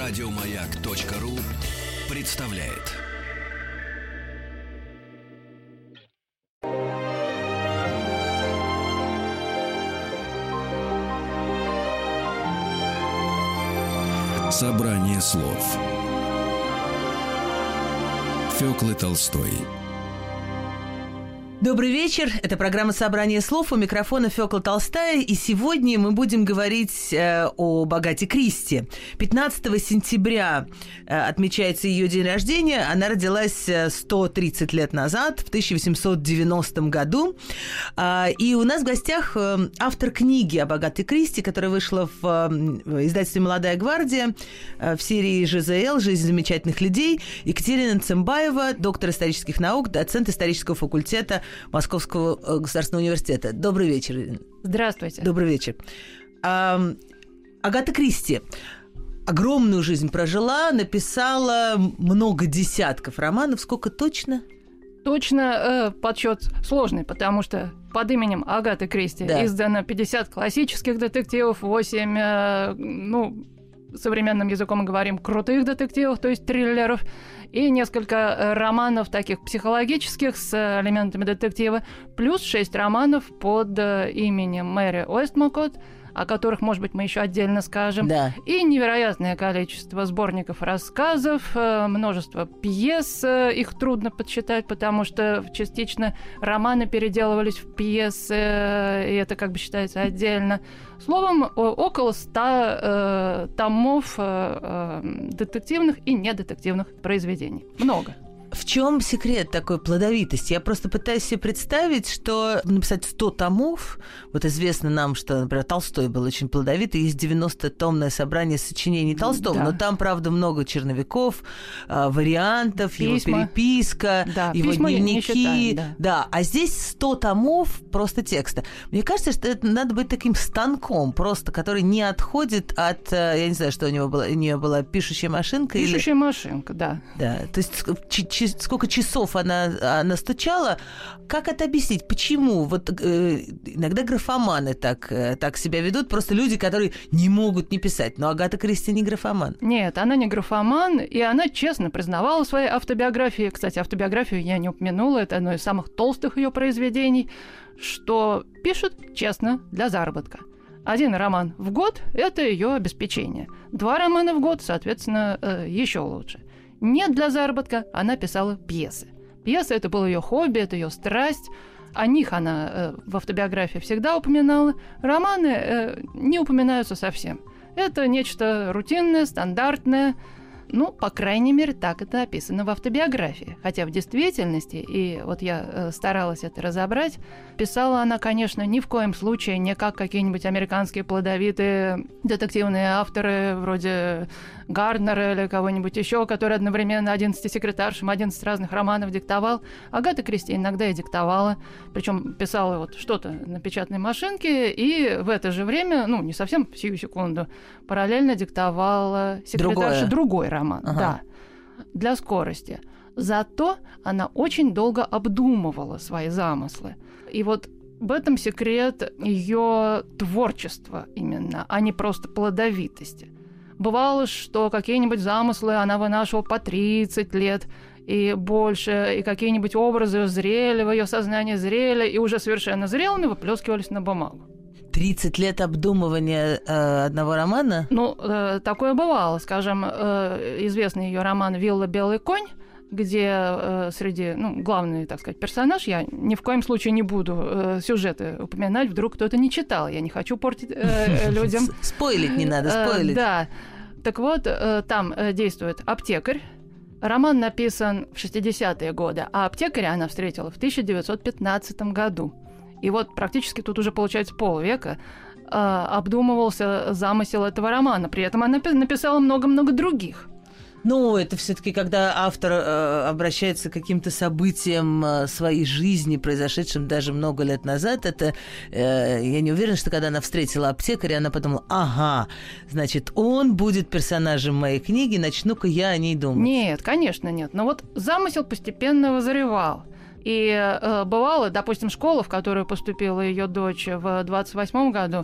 Радиомаяк.ру представляет. Собрание слов Фёклы Толстой. Добрый вечер. Это программа «Собрание слов». У микрофона Фёкла Толстая. И сегодня мы будем говорить об Агате Кристи. 15 сентября отмечается ее день рождения. Она родилась 130 лет назад, в 1890 году. И у нас в гостях автор книги об Агате Кристи, которая вышла в издательстве «Молодая гвардия» в серии ЖЗЛ «Жизнь замечательных людей». Екатерина Цымбаева, доктор исторических наук, доцент исторического факультета Московского государственного университета. Добрый вечер, Ирина. Здравствуйте. Добрый вечер. Агата Кристи огромную жизнь прожила, написала много десятков романов. Сколько точно? Точно подсчет сложный, потому что под именем Агаты Кристи издано 50 классических детективов, 8, современным языком мы говорим, крутых детективов, то есть триллеров, и несколько романов таких психологических с элементами детектива, плюс 6 романов под именем Мэри Уэстмакотт, о которых, может быть, мы еще отдельно скажем, и невероятное количество сборников рассказов, множество пьес, их трудно подсчитать, потому что частично романы переделывались в пьесы, и это как бы считается отдельно. Словом, около 100 томов детективных и недетективных произведений. Много. В чем секрет такой плодовитости? Я просто пытаюсь себе представить, что написать 100 томов, вот известно нам, что, например, Толстой был очень плодовитый, есть 90-томное собрание сочинений Толстого, но там, правда, много черновиков, вариантов, письма, его переписка, его дневники. А здесь 100 томов просто текста. Мне кажется, что это надо быть таким станком просто, который не отходит от, я не знаю, что у нее была пишущая машинка. Пишущая машинка, да. Да, то есть сколько часов она стучала. Как это объяснить? Почему? Вот иногда графоманы так себя ведут, просто люди, которые не могут не писать. Но Агата Кристи не графоман. Нет, она не графоман, и она честно признавала в своей автобиографии. Кстати, автобиографию я не упомянула, это одно из самых толстых ее произведений, что пишет честно для заработка. 1 роман в год – это ее обеспечение. 2 романа в год, соответственно, еще лучше. Не для заработка, она писала пьесы. Пьесы – это было ее хобби, это ее страсть. О них она в автобиографии всегда упоминала. Романы не упоминаются совсем. Это нечто рутинное, стандартное. По крайней мере, так это описано в автобиографии. Хотя в действительности, и вот я старалась это разобрать, писала она, конечно, ни в коем случае не как какие-нибудь американские плодовитые детективные авторы вроде Гарднера или кого-нибудь еще, который одновременно 11 секретаршам 11 разных романов диктовал. Агата Кристи иногда и диктовала, причем писала вот что-то на печатной машинке, и в это же время, не совсем сию секунду, параллельно диктовала секретарша другой роман. Да, для скорости. Зато она очень долго обдумывала свои замыслы. И вот в этом секрет ее творчества именно, а не просто плодовитости. Бывало, что какие-нибудь замыслы она вынашивала по 30 лет и больше, и какие-нибудь образы зрели в ее сознании, зрели, и уже совершенно зрелыми выплескивались на бумагу. 30 лет обдумывания одного романа? Такое бывало. Скажем, известный ее роман «Вилла. Белый конь», где среди, главный, так сказать, персонаж, я ни в коем случае не буду сюжеты упоминать, вдруг кто-то не читал, я не хочу портить людям. Спойлить не надо, спойлить. Да. Так вот, там действует аптекарь. Роман написан в 60-е годы, а аптекаря она встретила в 1915 году. И вот практически тут уже, получается, полвека обдумывался замысел этого романа. При этом она написала много-много других. Это все-таки, когда автор обращается к каким-то событиям своей жизни, произошедшим даже много лет назад, это я не уверена, что когда она встретила аптекаря, она подумала, значит, он будет персонажем моей книги, начну-ка я о ней думать. Нет, конечно, нет. Но вот замысел постепенно вызревал. И бывало, допустим, школа, в которую поступила ее дочь в 28 году,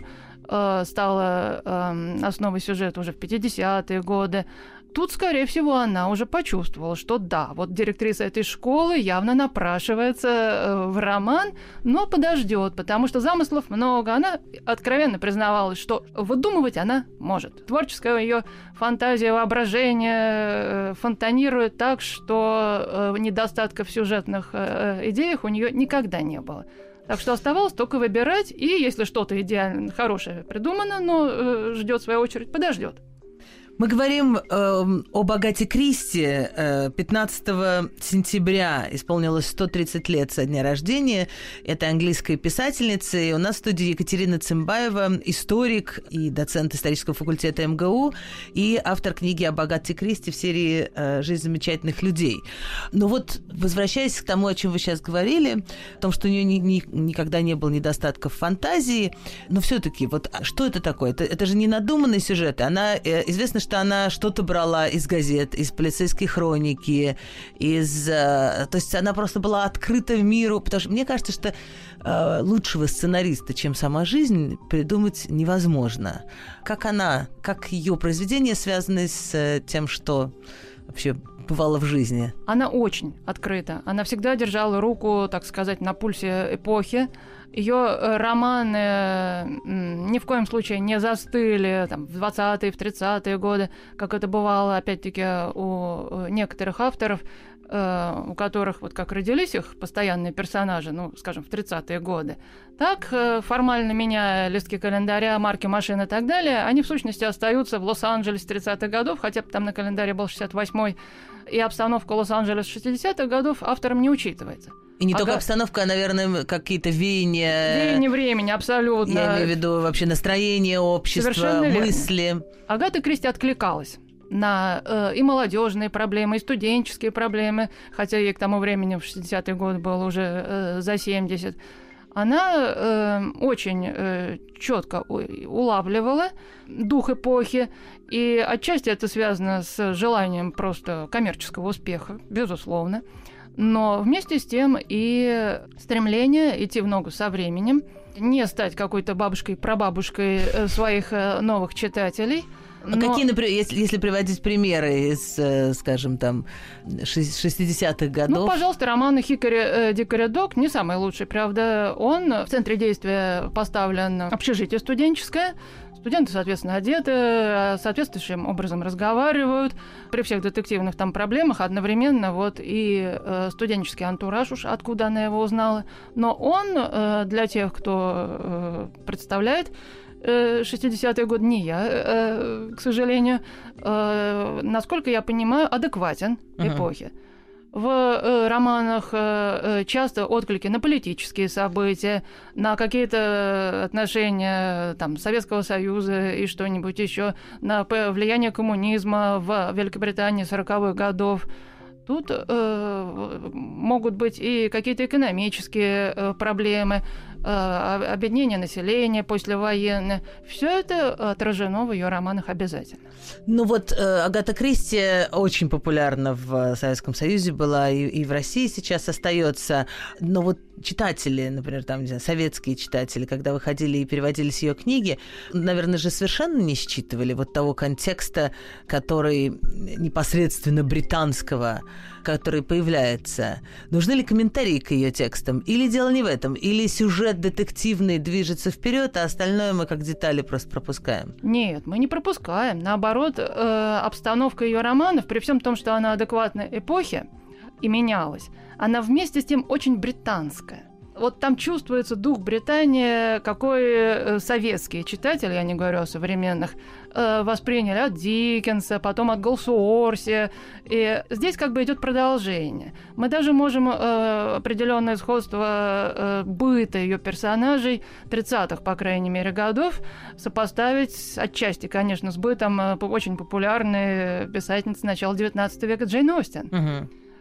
стала основой сюжета уже в 50-е годы. Тут, скорее всего, она уже почувствовала, что да, вот директриса этой школы явно напрашивается в роман, но подождет, потому что замыслов много. Она откровенно признавалась, что выдумывать она может. Творческая ее фантазия, воображение фонтанирует так, что недостатка в сюжетных идеях у нее никогда не было. Так что оставалось только выбирать, и если что-то идеально хорошее придумано, но ждет свою очередь, подождет. Мы говорим об Агате Кристи. 15 сентября исполнилось 130 лет со дня рождения этой английской писательницы. И у нас в студии Екатерина Цымбаева, историк и доцент исторического факультета МГУ, и автор книги об Агате Кристи в серии «Жизнь замечательных людей». Но вот, возвращаясь к тому, о чем вы сейчас говорили, о том, что у нее никогда не было недостатков фантазии, но все-таки вот что это такое? Это же не надуманный сюжет. Известно, что она что-то брала из газет, из полицейской хроники, то есть она просто была открыта миру, потому что мне кажется, что лучшего сценариста, чем сама жизнь, придумать невозможно. Как ее произведения связаны с тем, что вообще бывало в жизни? Она очень открыта. Она всегда держала руку, так сказать, на пульсе эпохи. Ее романы ни в коем случае не застыли там, в 20-е, в 30-е годы, как это бывало, опять-таки, у некоторых авторов, у которых, вот как родились их постоянные персонажи, скажем, в 30-е годы, так, формально меняя листки календаря, марки машин и так далее, они, в сущности, остаются в Лос-Анджелесе 30-х годов, хотя бы там на календаре был 68-й, и обстановка Лос-Анджелеса 60-х годов автором не учитывается. И не только обстановка, а, наверное, какие-то веяния... Веяния времени, абсолютно. Я имею в виду вообще настроение общества, мысли. Агата Кристи откликалась на и молодежные проблемы, и студенческие проблемы, хотя ей к тому времени в 60-е годы было уже за 70. Она очень четко улавливала дух эпохи, и отчасти это связано с желанием просто коммерческого успеха, безусловно. Но вместе с тем и стремление идти в ногу со временем, не стать какой-то бабушкой-прабабушкой своих новых читателей. Какие, например, если приводить примеры из, скажем, там, 60-х годов? Пожалуйста, роман «Хикори Дикори Док» не самый лучший, правда. В центре действия поставлен общежитие студенческое. Студенты, соответственно, одеты, соответствующим образом разговаривают. При всех детективных там проблемах одновременно и студенческий антураж, уж откуда она его узнала. Но он для тех, кто представляет 60-е годы, не я, к сожалению, насколько я понимаю, адекватен эпохе. В романах часто отклики на политические события, на какие-то отношения Советского Союза и что-нибудь еще, на влияние коммунизма в Великобритании 40-х годов. Тут могут быть и какие-то экономические проблемы, обеднение населения послевоенное. Все это отражено в ее романах обязательно. Агата Кристи очень популярна в Советском Союзе была и в России сейчас остается. Но читатели, например, советские читатели, когда выходили и переводились ее книги, наверное же совершенно не считывали того контекста, который непосредственно британского, который появляется. Нужны ли комментарии к ее текстам? Или дело не в этом? Или сюжет детективный движется вперед, а остальное мы как детали просто пропускаем? Нет, мы не пропускаем. Наоборот, обстановка ее романов, при всем том, что она адекватна эпохе и менялась, она вместе с тем очень британская. Там чувствуется дух Британии, какой советские читатели, я не говорю о современных, восприняли от Диккенса, потом от Голсуорси. И здесь идет продолжение. Мы даже можем определенное сходство быта ее персонажей 30-х, по крайней мере, годов сопоставить отчасти, конечно, с бытом очень популярной писательницы начала XIX века Джейн Остин.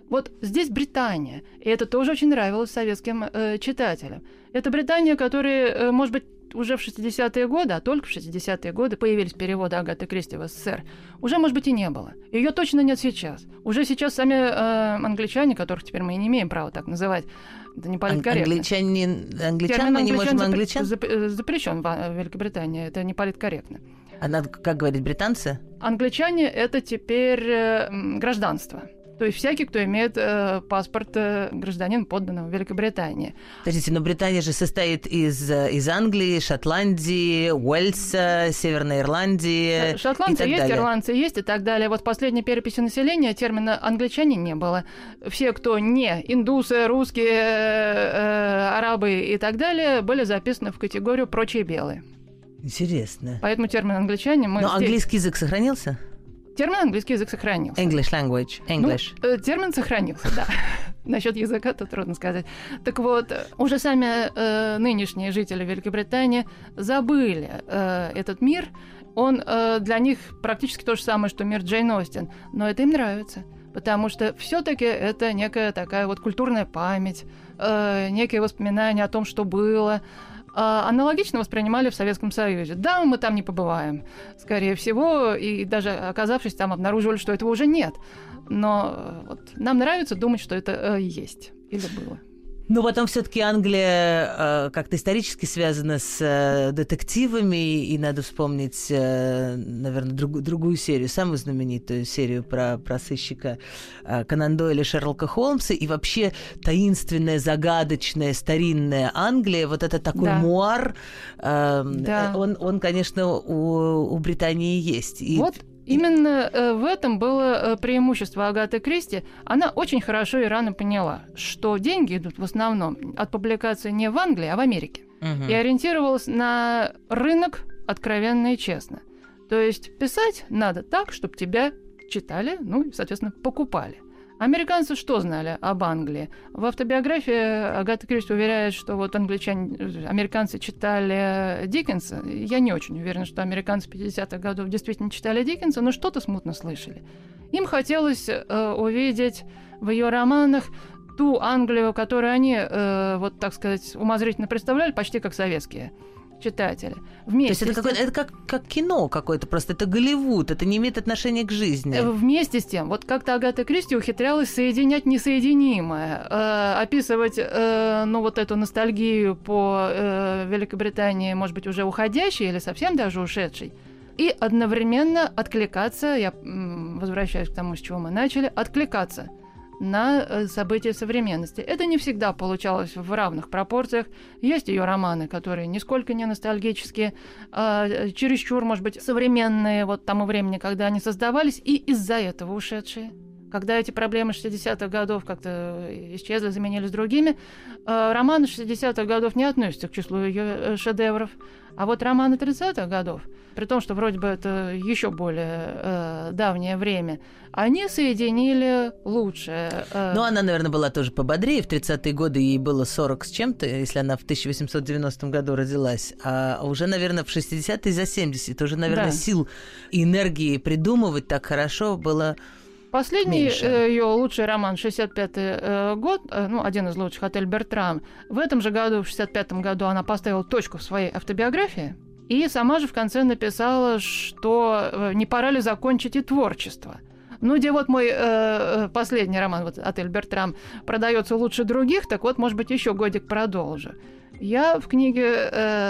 Вот здесь Британия, и это тоже очень нравилось советским читателям. Это Британия, которая, может быть, уже в 60-е годы, а только в 60-е годы появились переводы Агаты Кристи в СССР, уже, может быть, и не было. Ее точно нет сейчас. Уже сейчас сами англичане, которых теперь мы и не имеем права так называть, это не политкорректно. Англичан мы не можем англичан? Запрещен в Великобритании, это не политкорректно. А надо, как говорить, британцы? Англичане – это теперь гражданство. То есть всякий, кто имеет паспорт гражданин подданного Великобритании. Подождите, но Британия же состоит из Англии, Шотландии, Уэльса, Северной Ирландии. Шотландцы есть, ирландцы есть и так далее. Вот в последней переписи населения термина «англичане» не было. Все, кто не индусы, русские, арабы и так далее, были записаны в категорию «прочие белые». Интересно. Поэтому термин «англичане» мы... Но английский язык сохранился? Термин английский язык сохранился. English language. English. Ну, термин сохранился, да. Насчет языка-то трудно сказать. Так вот, уже сами нынешние жители Великобритании забыли этот мир. Он для них практически то же самое, что мир Джейн Остин. Но это им нравится. Потому что все-таки это некая такая вот культурная память, некие воспоминания о том, что было. Аналогично воспринимали в Советском Союзе. Да, мы там не побываем, скорее всего, и даже оказавшись там, обнаруживали, что этого уже нет. Но вот нам нравится думать, что это есть или было. Но потом все-таки Англия как-то исторически связана с детективами, и надо вспомнить, наверное, другую серию, самую знаменитую серию про сыщика Конан Дойля, Шерлока Холмса, и вообще таинственная, загадочная, старинная Англия, вот это такой муар, он, конечно, у Британии есть. И... Вот. Именно в этом было преимущество Агаты Кристи. Она очень хорошо и рано поняла, что деньги идут в основном от публикации не в Англии, а в Америке. Угу. И ориентировалась на рынок откровенно и честно. То есть писать надо так, чтобы тебя читали, ну и, соответственно, покупали. Американцы что знали об Англии? В автобиографии Агата Кристи уверяет, что вот американцы читали Диккенса. Я не очень уверена, что американцы 50-х годов действительно читали Диккенса, но что-то смутно слышали. Им хотелось увидеть в ее романах ту Англию, которую они, вот так сказать, умозрительно представляли, почти как советские читатели. Вместе. То есть это как кино какое-то, просто это Голливуд, это не имеет отношения к жизни. Вместе с тем, вот как-то Агата Кристи ухитрялась соединять несоединимое, описывать, вот эту ностальгию по Великобритании, может быть, уже уходящей или совсем даже ушедшей, и одновременно откликаться, я возвращаюсь к тому, с чего мы начали, откликаться на события современности. Это не всегда получалось в равных пропорциях. Есть ее романы, которые нисколько не ностальгические, чересчур, может быть, современные вот тому времени, когда они создавались, и из-за этого ушедшие. Когда эти проблемы 60-х годов как-то исчезли, заменились другими, романы 60-х годов не относятся к числу ее шедевров. А вот романы 30-х годов, при том, что вроде бы это еще более давнее время, они соединили лучшее. Ну, она, наверное, была тоже пободрее. В 30-е годы ей было 40 с чем-то, если она в 1890 году родилась. А уже, наверное, в 60-е за 70. Уже, наверное, сил и энергии придумывать так хорошо было... Последний ее лучший роман, 65-й год, один из лучших, «Отель Бертрам». В этом же году, в 65-м году, она поставила точку в своей автобиографии и сама же в конце написала, что не пора ли закончить и творчество. Ну, где вот мой последний роман, вот «Отель Бертрам», продается лучше других, так вот, может быть, еще годик продолжу. Я в книге,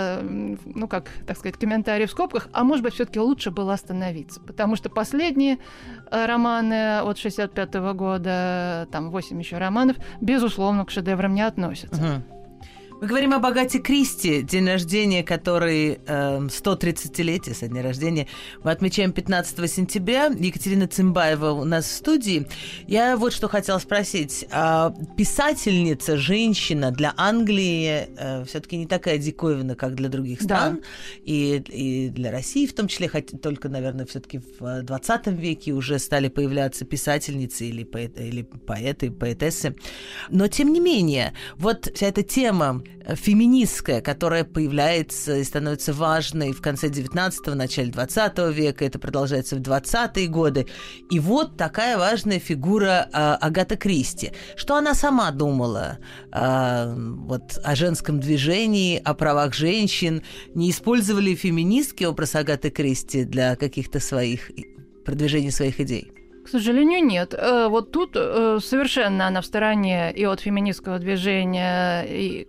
так сказать, комментарий в скобках, а может быть, все-таки лучше было остановиться, потому что последние романы от 65-го года, там 8 еще романов, безусловно, к шедеврам не относятся. Мы говорим об Агате Кристи, день рождения которой 130-летие со дня рождения. Мы отмечаем 15 сентября. Екатерина Цимбаева у нас в студии. Я вот что хотела спросить. Писательница, женщина для Англии все-таки не такая диковина, как для других стран. Да. И для России в том числе, хотя только, наверное, все-таки в 20 веке уже стали появляться писательницы или поэты, поэтессы. Но, тем не менее, вот вся эта тема феминистская, которая появляется и становится важной в конце 19-го, начале 20 века, это продолжается в 20-е годы. И вот такая важная фигура Агата Кристи. Что она сама думала вот, о женском движении, о правах женщин? Не использовали феминистский образ Агаты Кристи для каких-то своих продвижения своих идей? К сожалению, нет. Вот тут совершенно она в стороне и от феминистского движения, и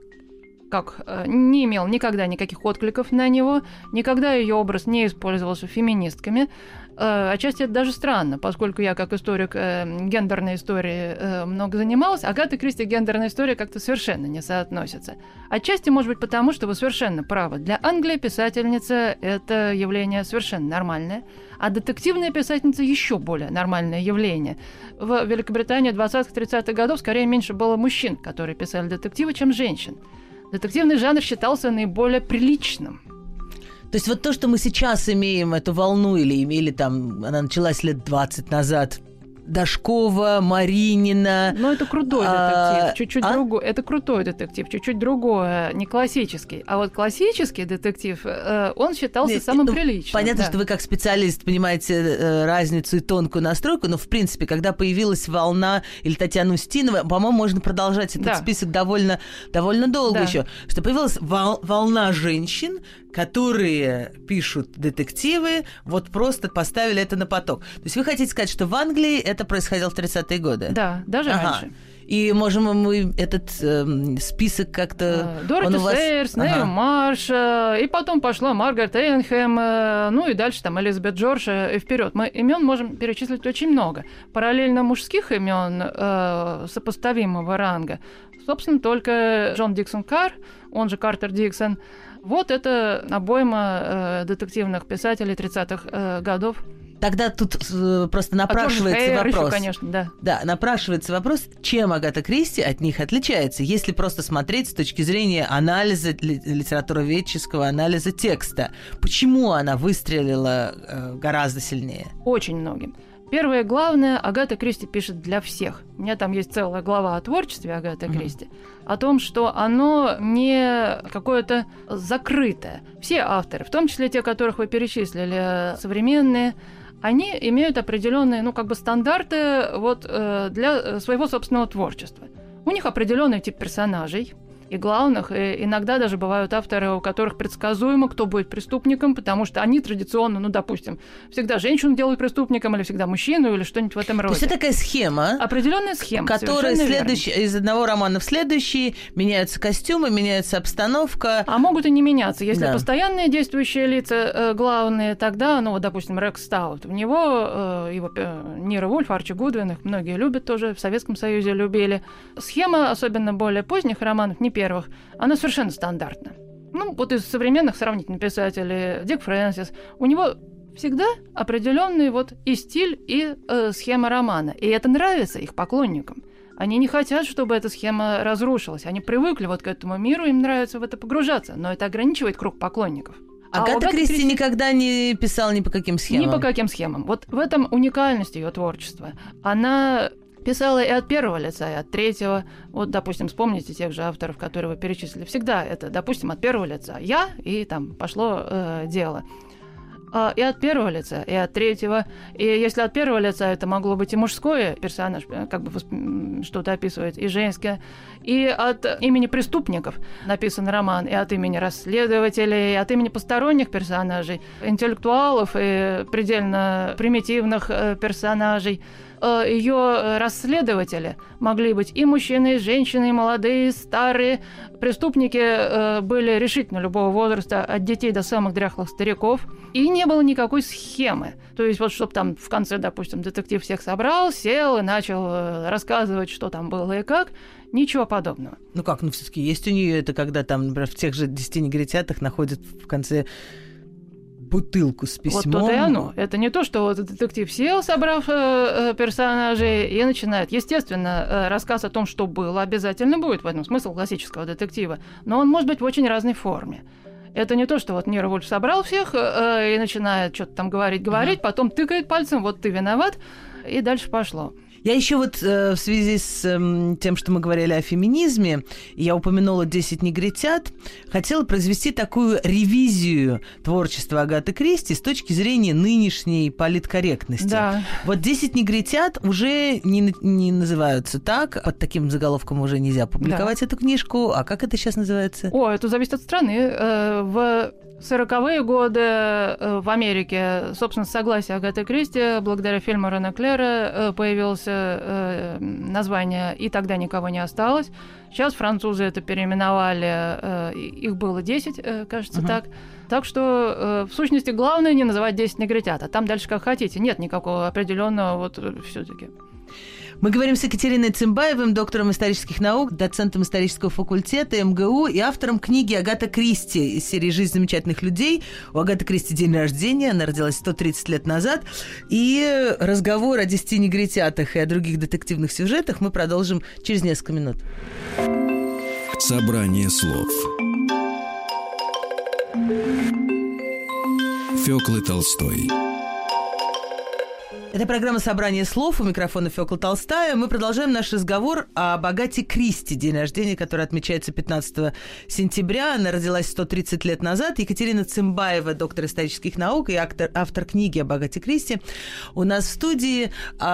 не имел никогда никаких откликов на него, никогда ее образ не использовался феминистками. Отчасти это даже странно, поскольку я, как историк гендерной истории, много занималась, Агата Кристи и гендерная история как-то совершенно не соотносятся. Отчасти, может быть, потому что вы совершенно правы. Для Англии писательница – это явление совершенно нормальное, а детективная писательница – еще более нормальное явление. В Великобритании 20-30-х годов скорее меньше было мужчин, которые писали детективы, чем женщин. Детективный жанр считался наиболее приличным. То есть вот то, что мы сейчас имеем, эту волну, или имели там, она началась лет 20 назад, Дашкова, Маринина. Но это крутой детектив, чуть-чуть другой. Это крутой детектив, чуть-чуть другое, не классический. А вот классический детектив, он считался самым приличным. Понятно, что вы как специалист понимаете разницу и тонкую настройку, но в принципе, когда появилась волна, или Татьяна Устинова, по-моему, можно продолжать этот список довольно долго еще, что появилась волна женщин, которые пишут детективы, вот просто поставили это на поток. То есть вы хотите сказать, что в Англии это происходило в 30-е годы? Да, даже раньше. И можем мы этот список как-то... Дороти Сейерс, Нейл Марш, и потом пошла Маргарет Эйнхэм, ну и дальше там Элизабет Джордж и вперед. Мы имен можем перечислить очень много. Параллельно мужских имен сопоставимого ранга, собственно, только Джон Диксон Карр, он же Картер Диксон. Вот это обойма детективных писателей 30-х годов. Тогда тут просто напрашивается вопрос. Еще, конечно, да. Да, напрашивается вопрос, чем Агата Кристи от них отличается, если просто смотреть с точки зрения анализа, литературоведческого анализа текста. Почему она выстрелила гораздо сильнее? Очень многим. Первое и главное, Агата Кристи пишет для всех. У меня там есть целая глава о творчестве Агаты Кристи, о том, что оно не какое-то закрытое. Все авторы, в том числе те, которых вы перечислили, современные, они имеют определенные, стандарты для своего собственного творчества. У них определенный тип персонажей, и главных, и иногда даже бывают авторы, у которых предсказуемо, кто будет преступником, потому что они традиционно, допустим, всегда женщину делают преступником, или всегда мужчину, или что-нибудь в этом роде. То есть это такая схема, определенная схема, которая из одного романа в следующий, меняются костюмы, меняется обстановка. А могут и не меняться. Если постоянные действующие лица главные, тогда, допустим, Рекс Стаут, у него его Ниро Вульф, Арчи Гудвин, их многие любят тоже, в Советском Союзе любили. Схема, особенно более поздних романов, не первых, она совершенно стандартна. Из современных сравнительных писателей, Дик Фрэнсис, у него всегда определенный и стиль, и схема романа. И это нравится их поклонникам. Они не хотят, чтобы эта схема разрушилась. Они привыкли к этому миру, им нравится в это погружаться, но это ограничивает круг поклонников. Агата Кристи никогда не писала ни по каким схемам? Ни по каким схемам. Вот в этом уникальность ее творчества. Она писала и от первого лица, и от третьего. Вот, допустим, вспомните тех же авторов, которые вы перечислили. Всегда это, допустим, от первого лица. Я, и там пошло дело. И от первого лица, и от третьего. И если от первого лица это могло быть и мужской персонаж, что-то описывает, и женское, и от имени преступников написан роман, и от имени расследователей, и от имени посторонних персонажей, интеллектуалов и предельно примитивных персонажей. Ее расследователи могли быть и мужчины, и женщины, и молодые, и старые. Преступники были решительно любого возраста, от детей до самых дряхлых стариков. И не было никакой схемы. То есть чтобы там в конце, допустим, детектив всех собрал, сел и начал рассказывать, что там было и как. Ничего подобного. Все-таки есть у нее это, когда там, например, в тех же 10 негритятах находят в конце бутылку с письмом. Вот то-то и оно. Это не то, что детектив сел, собрав персонажей, и начинает. Естественно, рассказ о том, что было, обязательно будет. В этом смысл классического детектива. Но он может быть в очень разной форме. Это не то, что Ниро Вульф собрал всех и начинает что-то там говорить, потом тыкает пальцем, вот ты виноват, и дальше пошло. Я еще вот в связи с тем, что мы говорили о феминизме, я упомянула «10 негритят», хотела произвести такую ревизию творчества Агаты Кристи с точки зрения нынешней политкорректности. Да. Вот «10 негритят» уже не называются так, под таким заголовком уже нельзя публиковать эту книжку. А как это сейчас называется? Это зависит от страны. В 40-е годы в Америке, собственно, с согласия Агаты Кристи, благодаря фильму Рена Клера появилось название «И тогда никого не осталось». Сейчас французы это переименовали, их было 10, кажется, так. Так что, в сущности, главное не называть 10 негритят, а там дальше как хотите. Нет никакого определенного все-таки. Мы говорим с Екатериной Цымбаевым, доктором исторических наук, доцентом исторического факультета МГУ и автором книги «Агата Кристи» из серии «Жизнь замечательных людей». У Агаты Кристи день рождения, она родилась 130 лет назад. И разговор о 10 негритятах и о других детективных сюжетах мы продолжим через несколько минут. Собрание слов Фёклы Толстой. Это программа «Собрание слов». У микрофона Фёкла Толстая. Мы продолжаем наш разговор об Агате Кристи, день рождения, который отмечается 15 сентября. Она родилась 130 лет назад. Екатерина Цымбаева, доктор исторических наук и автор книги об Агате Кристи, у нас в студии.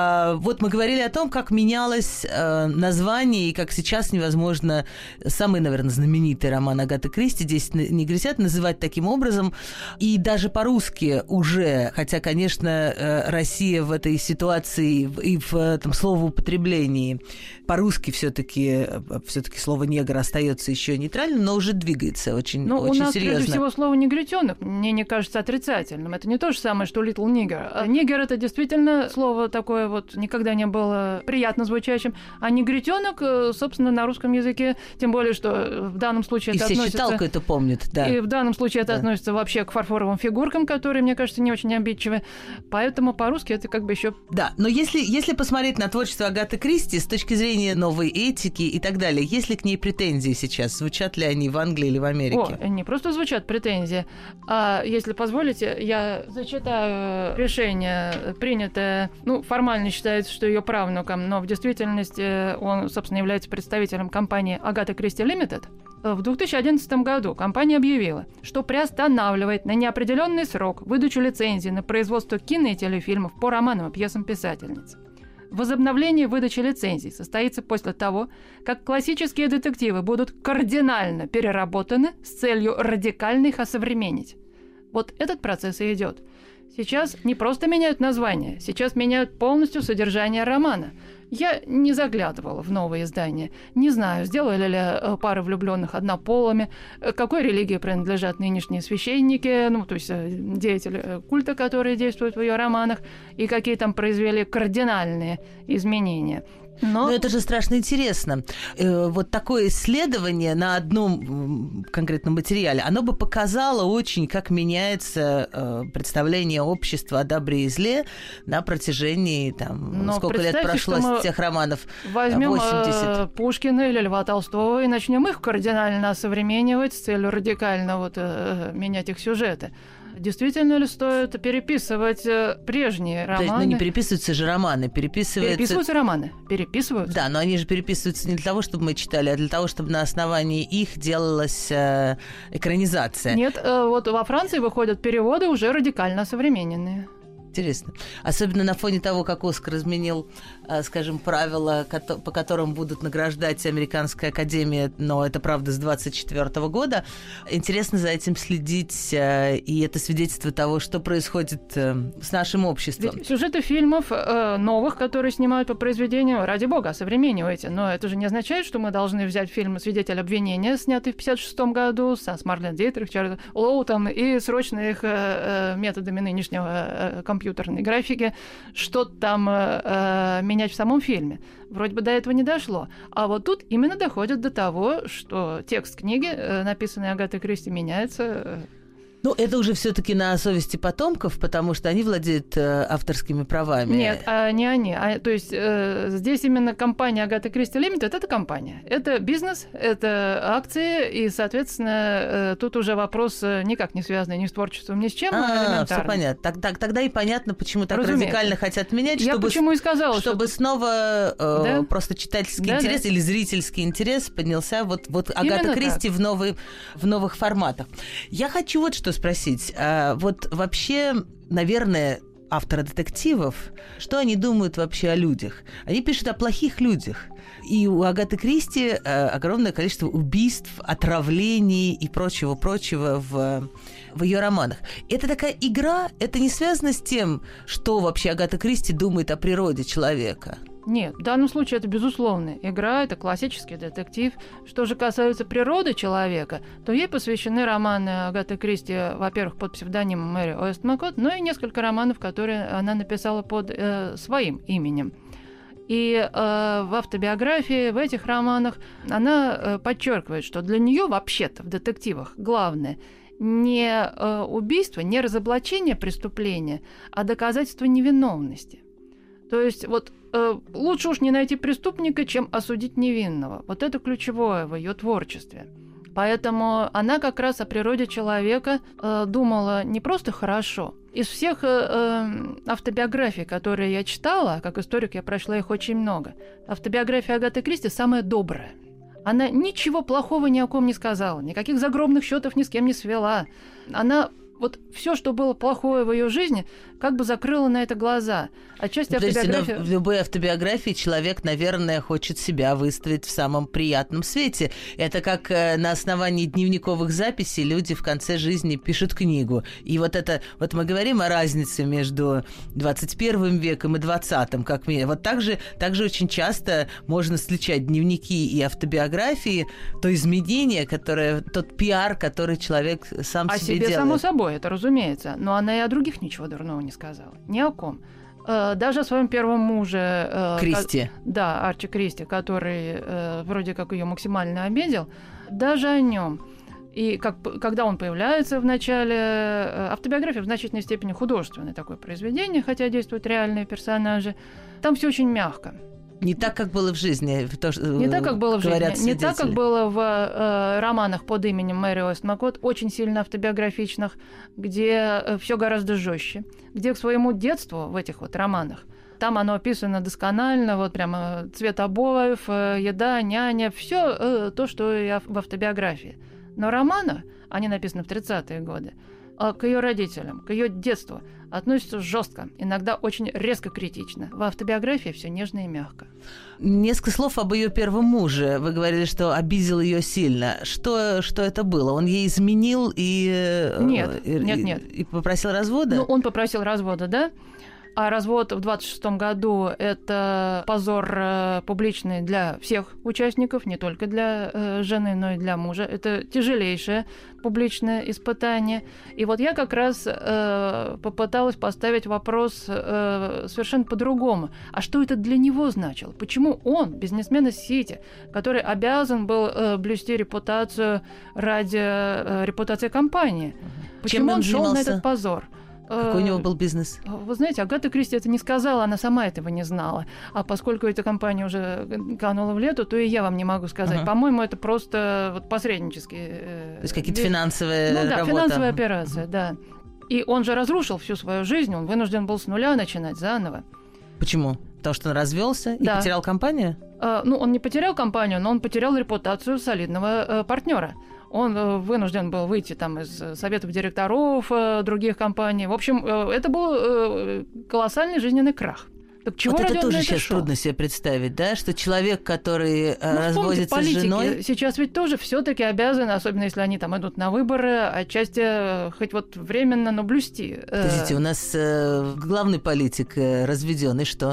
Вот мы говорили о том, как менялось название и как сейчас невозможно самый, наверное, знаменитый роман Агаты Кристи «10 негритят» называть таким образом. И даже по-русски уже, хотя, конечно, Россия в этой ситуации и в этом словоупотреблении по-русски все-таки слово «негр» остается еще нейтральным, но уже двигается очень, очень у нас, серьезно. Прежде всего, слово «негритёнок» мне не кажется отрицательным. Это не то же самое, что «little nigger». Нигер — это действительно слово такое вот никогда не было приятно звучащим. А негритёнок, собственно, на русском языке, тем более, что в данном случае это относится... И все читалку это помнят, да. И в данном случае это относится вообще к фарфоровым фигуркам, которые, мне кажется, не очень обидчивы. Поэтому по-русски это как бы еще... Да, но если посмотреть на творчество Агаты Кристи с точки зрения новой этики и так далее, есть ли к ней претензии сейчас? Звучат ли они в Англии или в Америке? Не просто звучат претензии, а, если позволите, я зачитаю решение, принятое, формально считается, что ее правнуком, но в действительности он, собственно, является представителем компании Агата Кристи Лимитед. В 2011 году компания объявила, что приостанавливает на неопределенный срок выдачу лицензии на производство кино и телефильмов по романам и пьесам писательницы. Возобновление выдачи лицензий состоится после того, как классические детективы будут кардинально переработаны с целью радикально их осовременить. Вот этот процесс и идет. Сейчас не просто меняют название, сейчас меняют полностью содержание романа. Я не заглядывала в новые издания. Не знаю, сделали ли пары влюбленных однополыми, какой религии принадлежат нынешние священники, то есть деятели культа, которые действуют в ее романах, и какие там произвели кардинальные изменения. Но это же страшно интересно. Вот такое исследование на одном конкретном материале, оно бы показало очень, как меняется представление общества о добре и зле на протяжении, сколько лет прошло с тех романов. Возьмем 80. Пушкина или Льва Толстого и начнем их кардинально осовременивать с целью радикально менять их сюжеты. Действительно ли стоит переписывать прежние романы? То есть, не переписываются же романы, Переписываются романы, переписываются. Да, но они же переписываются не для того, чтобы мы читали, а для того, чтобы на основании их делалась экранизация. Нет, вот во Франции выходят переводы уже радикально осовремененные. Интересно. Особенно на фоне того, как Оскар изменил, скажем, правила, по которым будут награждать Американская академия, но это, правда, с 24 года. Интересно за этим следить, и это свидетельство того, что происходит с нашим обществом. Ведь сюжеты фильмов новых, которые снимают по произведению, ради бога, осовременивайте. Но это же не означает, что мы должны взять фильм «Свидетель обвинения», снятый в 1956 году, с Марлен Дитрих, Чарльзом Лоутом, и срочно их методами нынешнего компьютерной графики что-то там менять в самом фильме. Вроде бы до этого не дошло. А вот тут именно доходит до того, что текст книги, написанный Агатой Кристи, меняется. Ну, это уже все-таки на совести потомков, потому что они владеют авторскими правами. Нет, не они. То есть здесь именно компания Агаты Кристи Лимитед – это компания. Это бизнес, это акции, и, соответственно, тут уже вопрос никак не связанный ни с творчеством, ни с чем. Все понятно. Тогда и понятно, почему так радикально хотят менять, Я почему и сказала, чтобы снова просто читательский интерес или зрительский интерес поднялся вот Агата Кристи в новых форматах. Я хочу вот что спросить. Вот вообще, наверное, авторы детективов, что они думают вообще о людях? Они пишут о плохих людях. И у Агаты Кристи огромное количество убийств, отравлений и прочего в ее романах. Это такая игра, это не связано с тем, что вообще Агата Кристи думает о природе человека. Нет, в данном случае это безусловная игра, это классический детектив. Что же касается природы человека, то ей посвящены романы Агаты Кристи, во-первых, под псевдонимом Мэри Уэстмакот, но и несколько романов, которые она написала под своим именем. И в автобиографии, в этих романах она подчеркивает, что для нее вообще-то в детективах главное не убийство, не разоблачение преступления, а доказательство невиновности. То есть вот лучше уж не найти преступника, чем осудить невинного. Вот это ключевое в ее творчестве. Поэтому она как раз о природе человека думала не просто хорошо. Из всех автобиографий, которые я читала, как историк я прочла их очень много, автобиография Агаты Кристи самая добрая. Она ничего плохого ни о ком не сказала, никаких загробных счетов ни с кем не свела. Она вот все, что было плохое в ее жизни, как бы закрыла на это глаза. Отчасти автобиография... В любой автобиографии человек, наверное, хочет себя выставить в самом приятном свете. Это как на основании дневниковых записей люди в конце жизни пишут книгу. И вот мы говорим о разнице между 21 веком и 20-м, как мне. Вот так же очень часто можно сличать дневники и автобиографии, то изменение, тот пиар, который человек сам себе делает. Само собой, это разумеется. Но она и о других ничего дурного не сказала. Ни о ком. Даже о своем первом муже... Кристи. Арчи Кристи, который вроде как ее максимально обидел. Даже о нем. И когда он появляется в начале... Автобиография в значительной степени художественное такое произведение, хотя действуют реальные персонажи. Там все очень мягко. Не так, как было в жизни. Не так, как было в жизни. Не так, как было в романах под именем Мэри Уэстмакот, очень сильно автобиографичных, где все гораздо жестче, где к своему детству в этих вот романах там оно описано досконально, вот прямо цвет обоев, еда, няня, все то, что и в автобиографии. Но романы, они написаны в 30-е годы, к ее родителям, к ее детству относятся жестко, иногда очень резко критично. В автобиографии все нежно и мягко. Несколько слов об ее первом муже. Вы говорили, что обидел ее сильно. Что это было? Он ей изменил и... Нет. И попросил развода? Ну, он попросил развода, да. А развод в 26-м году – это позор публичный для всех участников, не только для жены, но и для мужа. Это тяжелейшее публичное испытание. И вот я как раз попыталась поставить вопрос совершенно по-другому. А что это для него значило? Почему он, бизнесмен из Сити, который обязан был блюсти репутацию ради репутации компании, почему он шел на этот позор? Какой у него был бизнес? Вы знаете, Агата Кристи это не сказала, она сама этого не знала. А поскольку эта компания уже канула в лету, то и я вам не могу сказать. По-моему, это просто вот посреднические... То есть какие-то финансовые работы. Да, финансовая операция, да. И он же разрушил всю свою жизнь, он вынужден был с нуля начинать заново. Почему? Потому что он развелся и потерял компанию? Он не потерял компанию, но он потерял репутацию солидного партнера. Он вынужден был выйти там из советов директоров других компаний. В общем, это был колоссальный жизненный крах. Так чего вот это тоже сейчас трудно себе представить, да, что человек, который разводится с женой... Сейчас ведь тоже все-таки обязаны, особенно если они там идут на выборы, отчасти хоть вот временно, но блюсти. Подождите, у нас главный политик разведён, и что?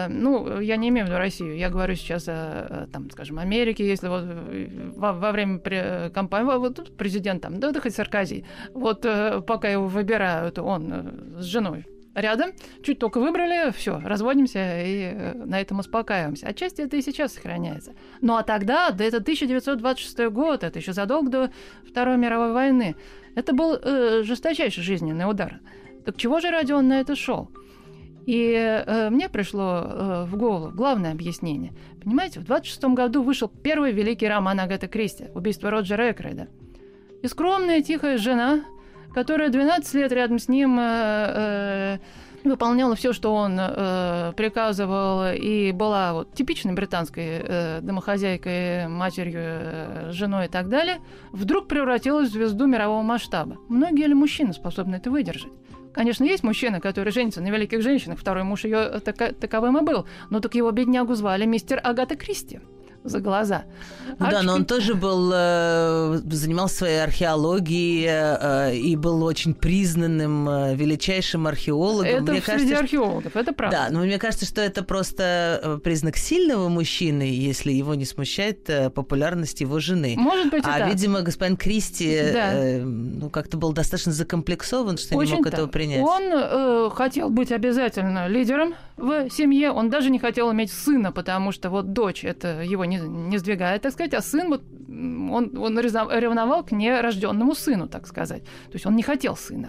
Я не имею в виду Россию, я говорю сейчас о, там, скажем, Америке, если вот во время кампании, вот президент там, да хоть Саркози, вот пока его выбирают, он с женой рядом, чуть только выбрали, все, разводимся и на этом успокаиваемся. Отчасти это и сейчас сохраняется. Ну а тогда, да, это 1926 год, это еще задолго до Второй мировой войны. Это был жесточайший жизненный удар. Так чего же ради он на это шел? И мне пришло в голову главное объяснение. Понимаете, в 26-м году вышел первый великий роман Агаты Кристи «Убийство Роджера Экройда». И скромная, тихая жена, которая 12 лет рядом с ним выполняла все, что он приказывал, и была вот типичной британской домохозяйкой, матерью, женой и так далее, вдруг превратилась в звезду мирового масштаба. Многие ли мужчины способны это выдержать? Конечно, есть мужчина, который женится на великих женщинах, второй муж ее таковым и был, но так его беднягу звали мистер Агата Кристи за глаза. Ну да, но он тоже был, занимался своей археологией и был очень признанным, величайшим археологом. Это мне среди кажется, археологов, это правда. Да, но мне кажется, что это просто признак сильного мужчины, если его не смущает популярность его жены. Может быть, и так. Видимо, господин Кристи Да. как-то был достаточно закомплексован, что Очень не мог так. этого принять. Он хотел быть обязательно лидером в семье, он даже не хотел иметь сына, потому что вот дочь это его не сдвигает, так сказать, а сын вот он ревновал к нерожденному сыну, так сказать. То есть он не хотел сына.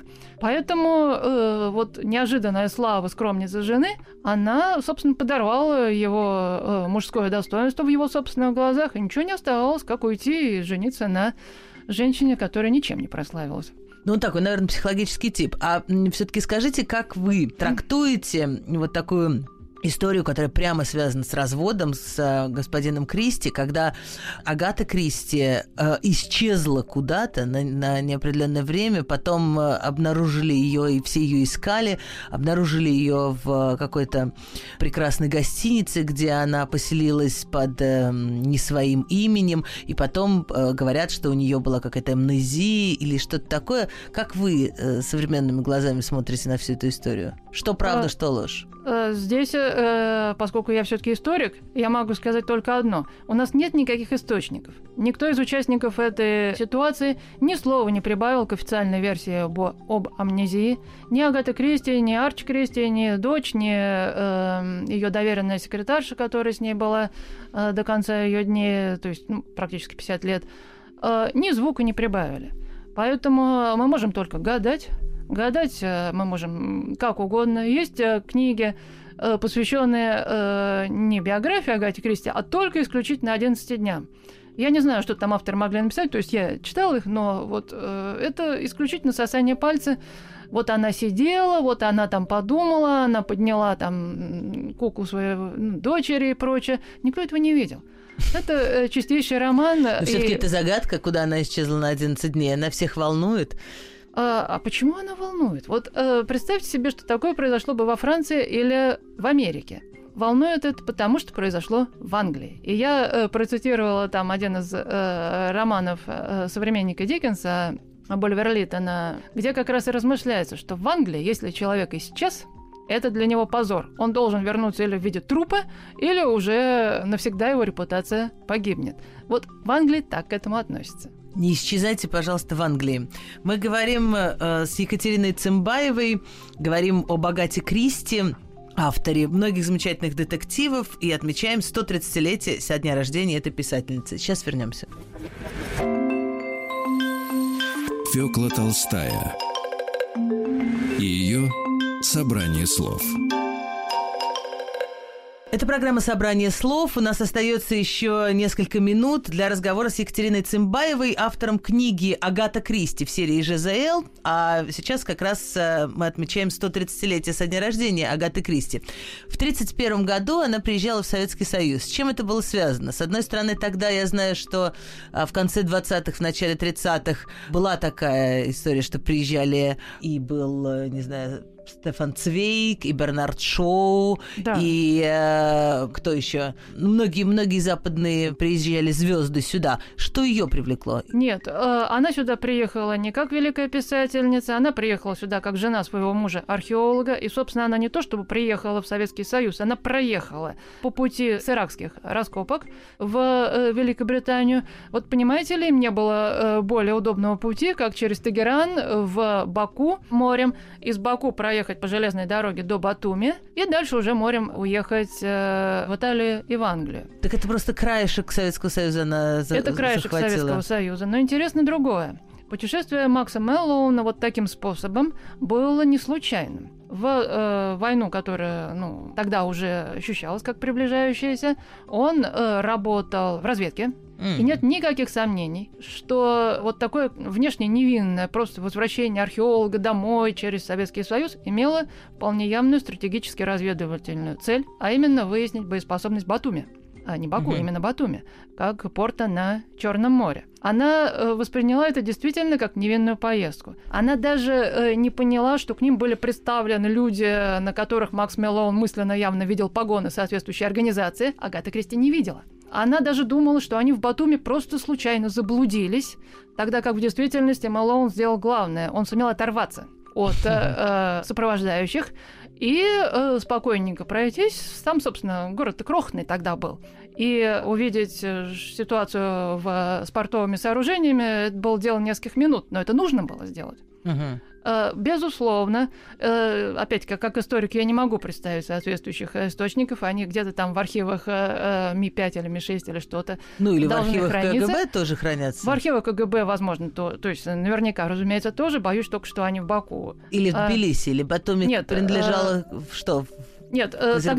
Поэтому вот неожиданная слава скромницы жены, она, собственно, подорвала его мужское достоинство в его собственных глазах, и ничего не оставалось, как уйти и жениться на женщине, которая ничем не прославилась. Ну, он такой, наверное, психологический тип. А все-таки скажите, как вы трактуете вот такую историю, которая прямо связана с разводом с господином Кристи, когда Агата Кристи исчезла куда-то на неопределенное время, потом обнаружили ее, и все ее искали, обнаружили ее в какой-то прекрасной гостинице, где она поселилась под не своим именем, и потом говорят, что у нее была какая-то амнезия или что-то такое. Как вы современными глазами смотрите на всю эту историю? Что правда, что ложь? Здесь, поскольку я все-таки историк, я могу сказать только одно. У нас нет никаких источников. Никто из участников этой ситуации ни слова не прибавил к официальной версии об амнезии. Ни Агата Кристи, ни Арчи Кристи, ни дочь, ни ее доверенная секретарша, которая с ней была до конца ее дней, то есть практически 50 лет, ни звука не прибавили. Поэтому мы можем только гадать. Гадать мы можем как угодно. Есть книги, посвященные не биографии Агаты Кристи, а только исключительно 11 дням. Я не знаю, что там авторы могли написать, то есть я читала их, но вот это исключительно сосание пальца. Вот она сидела, вот она там подумала, она подняла там куклу своей дочери и прочее. Никто этого не видел. Это чистейший роман. Но все-таки это загадка, куда она исчезла на 11 дней. Она всех волнует. А почему она волнует? Вот представьте себе, что такое произошло бы во Франции или в Америке. Волнует это потому, что произошло в Англии. И я процитировала там один из романов современника Диккенса Боливер Литтона, где как раз и размышляется, что в Англии, если человек исчез, это для него позор. Он должен вернуться или в виде трупа, или уже навсегда его репутация погибнет. Вот в Англии так к этому относятся. Не исчезайте, пожалуйста, в Англии. Мы говорим с Екатериной Цымбаевой, говорим об Агате Кристи, авторе многих замечательных детективов, и отмечаем 130-летие со дня рождения этой писательницы. Сейчас вернемся. Фёкла Толстая и ее собрание слов. Это программа «Собрание слов». У нас остается еще несколько минут для разговора с Екатериной Цымбаевой, автором книги «Агата Кристи» в серии ЖЗЛ. А сейчас как раз мы отмечаем 130-летие со дня рождения Агаты Кристи. В 1931 году она приезжала в Советский Союз. С чем это было связано? С одной стороны, тогда я знаю, что в конце 20-х, в начале 30-х была такая история, что приезжали и был, не знаю, Стефан Цвейг, и Бернард Шоу, да. И кто еще? Многие западные приезжали звезды сюда. Что ее привлекло? Нет, она сюда приехала не как великая писательница, она приехала сюда как жена своего мужа, археолога, и, собственно, она не то чтобы приехала в Советский Союз, она проехала по пути с иракских раскопок в Великобританию. Вот понимаете ли, мне было более удобного пути, как через Тегеран в Баку морем, из Баку проехать по железной дороге до Батуми и дальше уже морем уехать в Италию и в Англию. Так это просто краешек Советского Союза она захватила. Это краешек Советского Союза. Но интересно другое. Путешествие Макса Мэллоуна вот таким способом было не случайным. В войну, которая тогда уже ощущалась как приближающаяся, он работал в разведке. И нет никаких сомнений, что вот такое внешне невинное просто возвращение археолога домой через Советский Союз имело вполне явную стратегически разведывательную цель, а именно выяснить боеспособность Батуми. А не Баку, именно Батуми, как порта на Черном море. Она восприняла это действительно как невинную поездку. Она даже не поняла, что к ним были представлены люди, на которых Макс Мэллоун мысленно явно видел погоны соответствующей организации. Агата Кристи не видела. Она даже думала, что они в Батуми просто случайно заблудились, тогда как в действительности Мэллоун сделал главное. Он сумел оторваться от сопровождающих и спокойненько пройтись. Там, собственно, город-то крохотный тогда был. И увидеть ситуацию с портовыми сооружениями, это было дело нескольких минут, но это нужно было сделать. Безусловно, опять как историк я не могу представить соответствующих источников, они где-то там в архивах Ми-5 или Ми-6 или что-то или в архивах храниться. КГБ тоже хранятся. В архивах КГБ, возможно, то есть наверняка, разумеется, тоже, боюсь только, что они в Баку. Или в Тбилиси, или Батуми принадлежало что? Нет,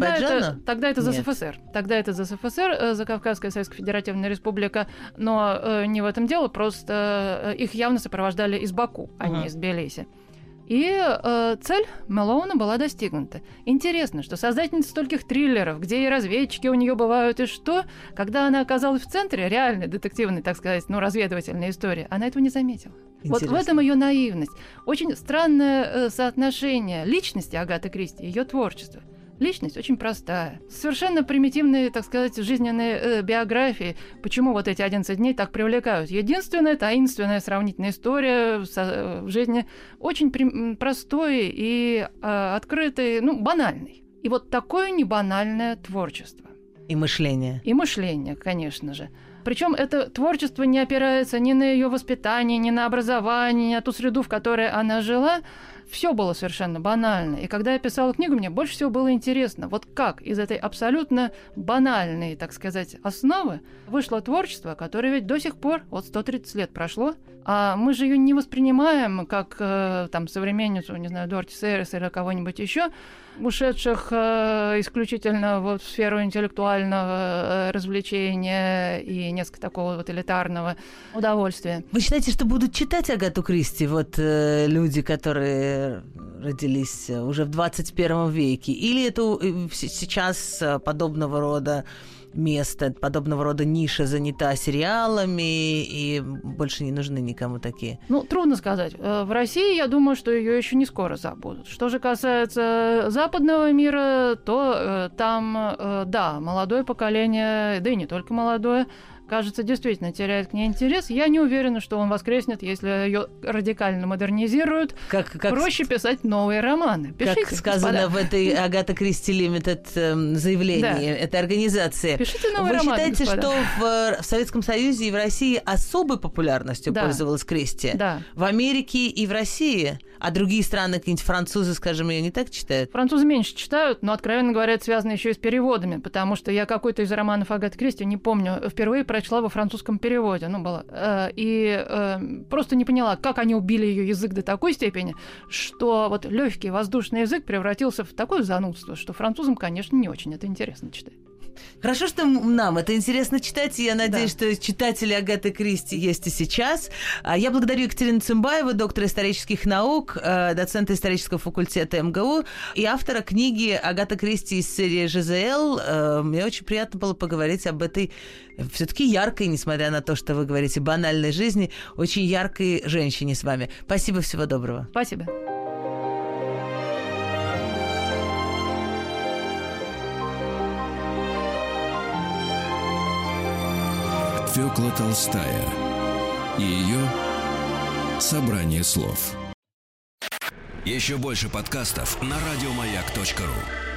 тогда это за СССР. Тогда это за СССР, за Кавказская Советская Федеративная Республика, но не в этом дело, просто их явно сопровождали из Баку, а не из Тбилиси. И цель Мэллоуна была достигнута. Интересно, что создательница стольких триллеров, где и разведчики у нее бывают, и что, когда она оказалась в центре реальной детективной, так сказать, разведывательной истории, она этого не заметила. Интересно. Вот в этом ее наивность. Очень странное соотношение личности Агаты Кристи и ее творчества. Личность очень простая. Совершенно примитивные, так сказать, жизненные биографии. Почему вот эти 11 дней так привлекают? Единственная таинственная сравнительная история в жизни очень простой и открытый, банальный. И вот такое небанальное творчество. И мышление. И мышление, конечно же. Причем это творчество не опирается ни на ее воспитание, ни на образование, ни на ту среду, в которой она жила. Все было совершенно банально. И когда я писала книгу, мне больше всего было интересно, вот как из этой абсолютно банальной, так сказать, основы вышло творчество, которое ведь до сих пор, 130 лет прошло, а мы же ее не воспринимаем как современницу, не знаю, Дороти Сейерс или кого-нибудь еще, ушедших исключительно в сферу интеллектуального развлечения и несколько такого элитарного удовольствия. Вы считаете, что будут читать Агату Кристи люди, которые родились уже в 21 веке? Или это сейчас подобного рода место, подобного рода ниша занята сериалами и больше не нужны никому такие? Трудно сказать. В России, я думаю, что ее еще не скоро забудут. Что же касается западного мира, то там, молодое поколение, да и не только молодое, кажется, действительно теряет к ней интерес. Я не уверена, что он воскреснет, если ее радикально модернизируют. Проще писать новые романы. Пишите, как сказано в этой Агата Кристи Лимитед заявлении этой организации. Пишите новые романы, Вы считаете, что в Советском Союзе и в России особой популярностью пользовалась Кристи? Да. В Америке и в России? А другие страны, какие-нибудь французы, скажем, ее не так читают? Французы меньше читают, но, откровенно говоря, это связано еще и с переводами, потому что я какой-то из романов Агаты Кристи, не помню, впервые прочла во французском переводе. Просто не поняла, как они убили ее язык до такой степени, что легкий воздушный язык превратился в такое занудство, что французам, конечно, не очень это интересно читать. Хорошо, что нам это интересно читать, и я надеюсь, что читатели Агаты Кристи есть и сейчас. Я благодарю Екатерину Цымбаеву, доктора исторических наук, доцента исторического факультета МГУ и автора книги «Агата Кристи» из серии «ЖЗЛ». Мне очень приятно было поговорить об этой все-таки яркой, несмотря на то, что вы говорите, банальной жизни, очень яркой женщине с вами. Спасибо, всего доброго. Спасибо. Фёкла Толстая и ее собрание слов. Еще больше подкастов на радиомаяк.ру.